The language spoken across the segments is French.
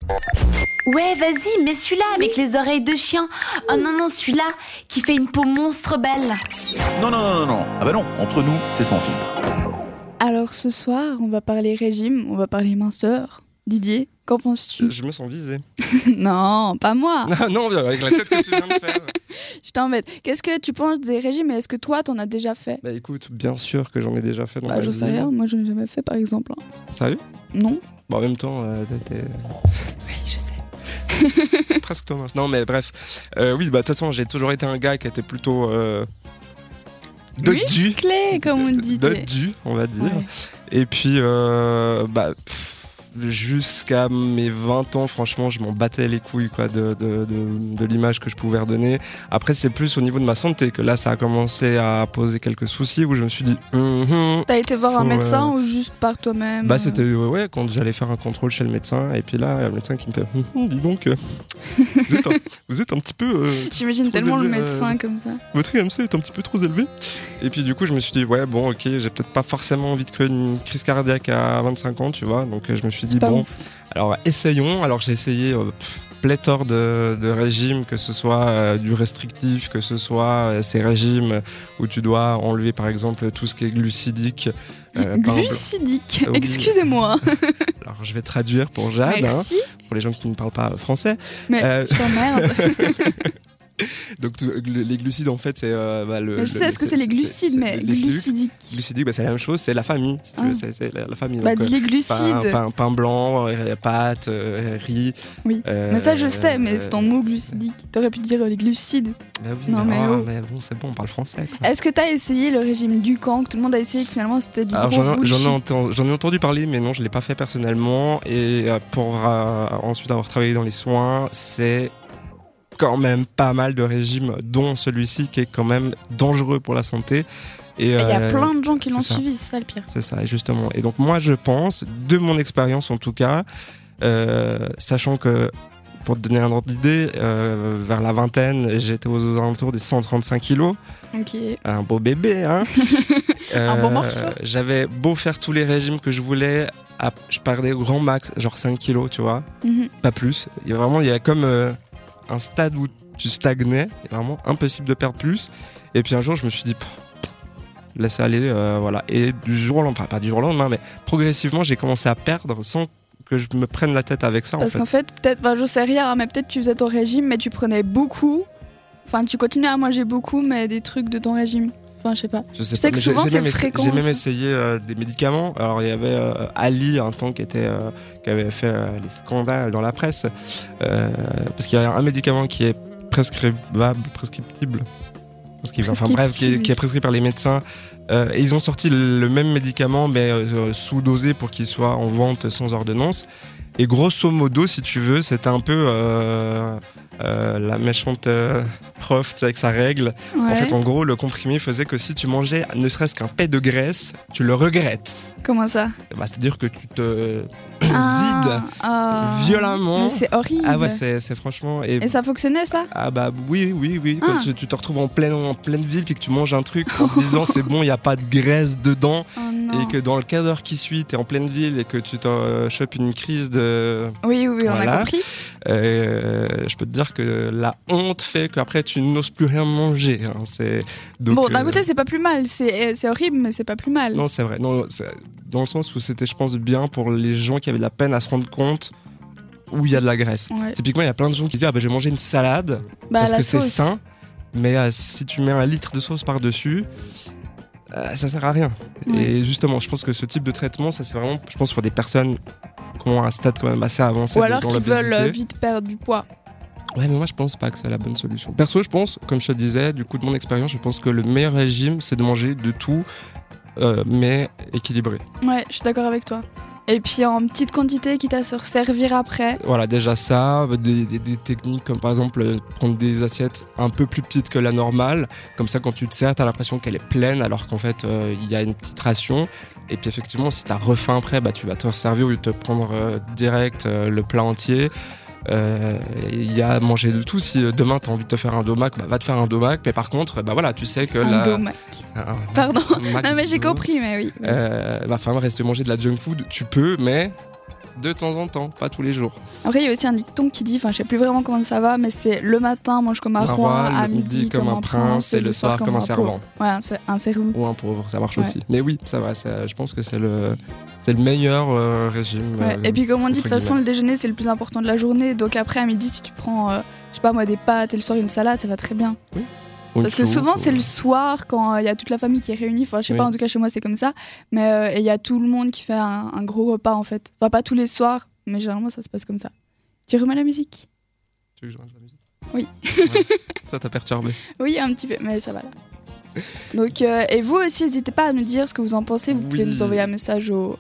Ouais, vas-y, mets celui-là avec les oreilles de chien. Oh non, celui-là qui fait une peau monstre belle. Non. Ah bah non, entre nous, c'est sans filtre. Alors ce soir, on va parler régime, on va parler minceur. Didier, qu'en penses-tu ? Je me sens visé. Non, pas moi. Non, avec la tête que tu viens de faire. Je t'embête. Qu'est-ce que tu penses des régimes et est-ce que toi, t'en as déjà fait ? Bah écoute, bien sûr que j'en ai déjà fait dans ma Je vie. sais rien, moi je n'ai jamais fait par exemple. Sérieux ? Non ? Bon, en même temps, t'es Oui, je sais. presque toi mince. Non, mais bref. Oui, bah de toute façon, j'ai toujours été un gars qui était plutôt dodu. Musclé, comme on dit. Dodu, on va dire. Ouais. Et puis, jusqu'à mes 20 ans, franchement, je m'en battais les couilles quoi, de l'image que je pouvais redonner. Après, c'est plus au niveau de ma santé que là, ça a commencé à poser quelques soucis où je me suis dit... T'as été voir un médecin ou juste par toi-même ? Bah, c'était quand j'allais faire un contrôle chez le médecin. Et puis là, le médecin qui me fait dis donc, vous êtes un petit peu... J'imagine trop tellement élevé, le médecin comme ça. Votre IMC est un petit peu trop élevé. Et puis du coup, je me suis dit, ouais, bon, ok, j'ai peut-être pas forcément envie de créer une crise cardiaque à 25 ans, tu vois. Donc je me suis dit, bon, alors essayons. Alors j'ai essayé pléthore de régimes, que ce soit du restrictif, que ce soit ces régimes où tu dois enlever par exemple tout ce qui est glucidique. Glucidique, Oui. Excusez-moi. Alors je vais traduire pour Jade, Merci. pour les gens qui ne parlent pas français. Mais je t'emmerde. Donc les glucides en fait c'est mais je sais ce que c'est les glucides, mais glucidique. Glucidique, bah, c'est la même chose, c'est la famille. Si tu veux, c'est la famille. Bah donc, dis les glucides. Pain blanc, pâtes, riz. Oui. Mais ça je sais, mais c'est ton mot glucidique. T'aurais pu dire les glucides. Bah oui, non, mais bon, c'est bon, on parle français. Quoi. Est-ce que t'as essayé le régime Dukan, que tout le monde a essayé, que finalement c'était du alors, gros bullshit ? j'en ai entendu parler, mais non, je l'ai pas fait personnellement. Et pour ensuite avoir travaillé dans les soins, c'est quand même pas mal de régimes, dont celui-ci qui est quand même dangereux pour la santé. Et il y a plein de gens qui l'ont suivi, c'est ça le pire. C'est ça, justement. Et donc moi je pense, de mon expérience en tout cas, sachant que, pour te donner un ordre d'idée, vers la vingtaine, j'étais aux alentours des 135 kilos. Ok. Un beau bébé, hein. Un bon morceau. J'avais beau faire tous les régimes que je voulais, je perdais au grand max, genre 5 kilos, tu vois. Pas plus. Il y a comme... un stade où tu stagnais, c'est vraiment impossible de perdre plus. Et puis un jour, je me suis dit, laisse aller, voilà. Et du jour au lendemain, pas du jour au lendemain, mais progressivement, j'ai commencé à perdre sans que je me prenne la tête avec ça. Parce qu'en fait, peut-être, je sais rien, mais peut-être tu faisais ton régime, mais tu prenais beaucoup. Enfin, tu continuais à manger beaucoup, mais des trucs de ton régime. Enfin, je sais pas. Je sais que souvent c'est fréquent. J'ai même essayé des médicaments. Alors, il y avait Ali, un temps qui avait fait les scandales dans la presse. Parce qu'il y a un médicament qui est prescriptible. Enfin bref, qui est prescrit par les médecins. Et ils ont sorti le même médicament, mais sous-dosé pour qu'il soit en vente sans ordonnance. Et grosso modo, si tu veux, c'était un peu la méchante prof, tu sais, avec sa règle. Ouais. En fait, en gros, le comprimé faisait que si tu mangeais ne serait-ce qu'un pet de graisse, tu le regrettes. Comment ça ? C'est-à-dire que tu te vides violemment. Mais c'est horrible. Ah ouais, c'est franchement... Et ça fonctionnait, ça ? Ah bah oui. Quand tu te retrouves en pleine ville et que tu manges un truc en te disant c'est bon, il n'y a pas de graisse dedans. Et que dans le quart d'heure qui suit, tu es en pleine ville et que tu te chopes une crise de... Oui, on a compris. Je peux te dire que la honte fait qu'après tu n'oses plus rien manger. Hein. Donc, bon, d'un côté, c'est pas plus mal. C'est horrible, mais c'est pas plus mal. Non, c'est vrai. Non, dans le sens où c'était, je pense, bien pour les gens qui avaient de la peine à se rendre compte où il y a de la graisse. Ouais. Typiquement, il y a plein de gens qui disent je vais manger une salade parce que c'est sain. Mais si tu mets 1 litre de sauce par-dessus... ça sert à rien. Et justement, je pense que ce type de traitement, ça c'est vraiment, je pense, pour des personnes qui ont un stade quand même assez avancé. Ou alors qui veulent vite perdre du poids. Ouais, mais moi je pense pas que c'est la bonne solution. Perso, je pense, comme je te disais, du coup de mon expérience, je pense que le meilleur régime, c'est de manger de tout, mais équilibré. Ouais, je suis d'accord avec toi. Et puis en petite quantité, quitte à se resservir après. Voilà, déjà ça, des techniques comme par exemple prendre des assiettes un peu plus petites que la normale. Comme ça, quand tu te sers, t'as l'impression qu'elle est pleine alors qu'en fait, il y a une petite ration. Et puis effectivement, si t'as refaim après, tu vas te resservir ou te prendre direct le plat entier. Il y a manger de tout. Si demain t'as envie de te faire un domac, va te faire un domac. Mais par contre, voilà, tu sais que domac. Pardon. Non mais j'ai compris, mais oui. Reste manger de la junk food, tu peux, mais de temps en temps, pas tous les jours. Après, il y a aussi un dicton qui dit, enfin, je sais plus vraiment comment ça va, mais c'est le matin mange comme un roi, à midi comme un prince, et le soir comme un servant. Ouais, c'est un servant. Ou un pauvre, ça marche aussi. Mais oui, ça va, je pense que c'est le meilleur régime. Et puis, comme on dit, de toute façon, le déjeuner, c'est le plus important de la journée. Donc après, à midi, si tu prends, je sais pas moi, des pâtes et le soir une salade, ça va très bien. Oui. Parce que souvent, c'est le soir, quand il y a toute la famille qui est réunie. Enfin, je sais pas, en tout cas, chez moi, c'est comme ça. Mais il y a tout le monde qui fait un gros repas, en fait. Enfin, pas tous les soirs, mais généralement, ça se passe comme ça. Tu remets la musique ? Tu veux que je remette la musique ? Oui. Ouais. Ça t'a perturbé ? Oui, un petit peu, mais ça va là. Donc, et vous aussi, n'hésitez pas à nous dire ce que vous en pensez. Vous pouvez nous envoyer un message au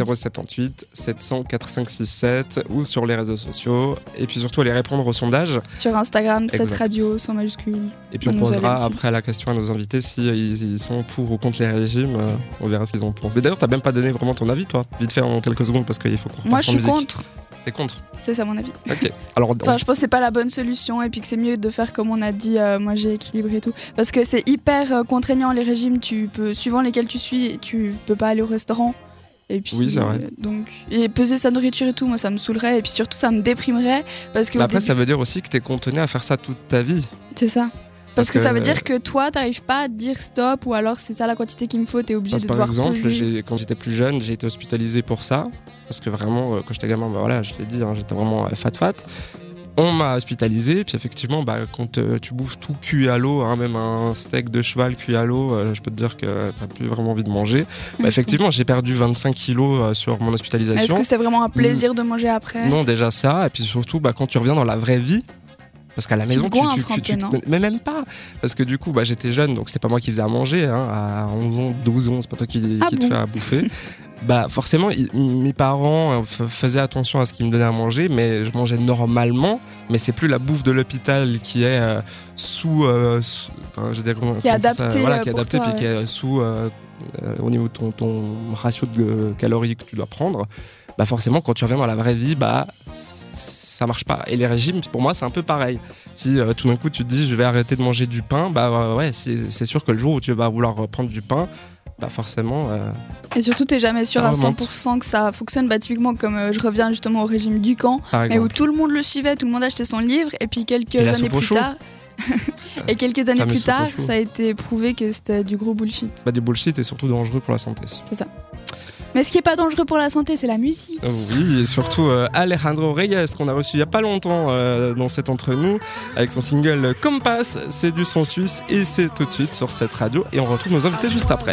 078 700 4567 ou sur les réseaux sociaux, et puis surtout aller répondre au sondage sur Instagram, cette radio sans majuscule. Et puis on posera après la question à nos invités si ils sont pour ou contre les régimes, on verra ce qu'ils en pensent. Mais d'ailleurs t'as même pas donné vraiment ton avis toi, vite fait en quelques secondes parce qu'il faut qu'on reparte. Moi je suis contre. T'es contre ? C'est ça mon avis. Ok. Alors, je pense que c'est pas la bonne solution et puis que c'est mieux de faire comme on a dit, moi j'ai équilibré et tout. Parce que c'est hyper contraignant les régimes, suivant lesquels tu suis, tu peux pas aller au restaurant. Et puis, oui, c'est vrai. Donc, et peser sa nourriture et tout, moi ça me saoulerait et puis surtout ça me déprimerait. Parce que après ça veut dire aussi que t'es contenue à faire ça toute ta vie. C'est ça. Parce que ça veut dire que toi t'arrives pas à te dire stop ou alors c'est ça la quantité qu'il me faut, t'es obligé de devoir peser. Par exemple, quand j'étais plus jeune, j'ai été hospitalisé pour ça. Parce que vraiment, quand j'étais gamin, voilà, je l'ai dit, j'étais vraiment fat. On m'a hospitalisé, puis effectivement, quand tu bouffes tout cuit à l'eau, même un steak de cheval cuit à l'eau, je peux te dire que t'as plus vraiment envie de manger. Effectivement, j'ai perdu 25 kilos sur mon hospitalisation. Est-ce que c'était vraiment un plaisir de manger après ? Non, déjà ça, et puis surtout, quand tu reviens dans la vraie vie, parce qu'à la maison, mais même pas. Parce que du coup, j'étais jeune, donc c'est pas moi qui faisais à manger. À 11 ans, 12 ans, c'est pas toi qui te fais à bouffer. Forcément, mes parents faisaient attention à ce qu'ils me donnaient à manger, mais je mangeais normalement. Mais c'est plus la bouffe de l'hôpital qui est qui est adaptée, puis qui est sous au niveau de ton ratio de calories que tu dois prendre. Forcément, quand tu reviens dans la vraie vie, ça marche pas. Et les régimes, pour moi, c'est un peu pareil. Si tout d'un coup tu te dis je vais arrêter de manger du pain, c'est sûr que le jour où tu vas vouloir reprendre du pain, forcément. Et surtout, t'es jamais sûr à 100% que ça fonctionne. Typiquement, comme je reviens justement au régime Dukan, mais où tout le monde le suivait, tout le monde achetait son livre, et puis quelques années plus tard. Et quelques années plus tard, ça a été prouvé que c'était du gros bullshit. Du bullshit et surtout dangereux pour la santé. C'est ça. Mais ce qui est pas dangereux pour la santé, c'est la musique. Oui, et surtout Alejandro Reyes, qu'on a reçu il y a pas longtemps dans cet Entre Nous, avec son single Compass. C'est du son suisse et c'est tout de suite sur cette radio. Et on retrouve nos invités juste après.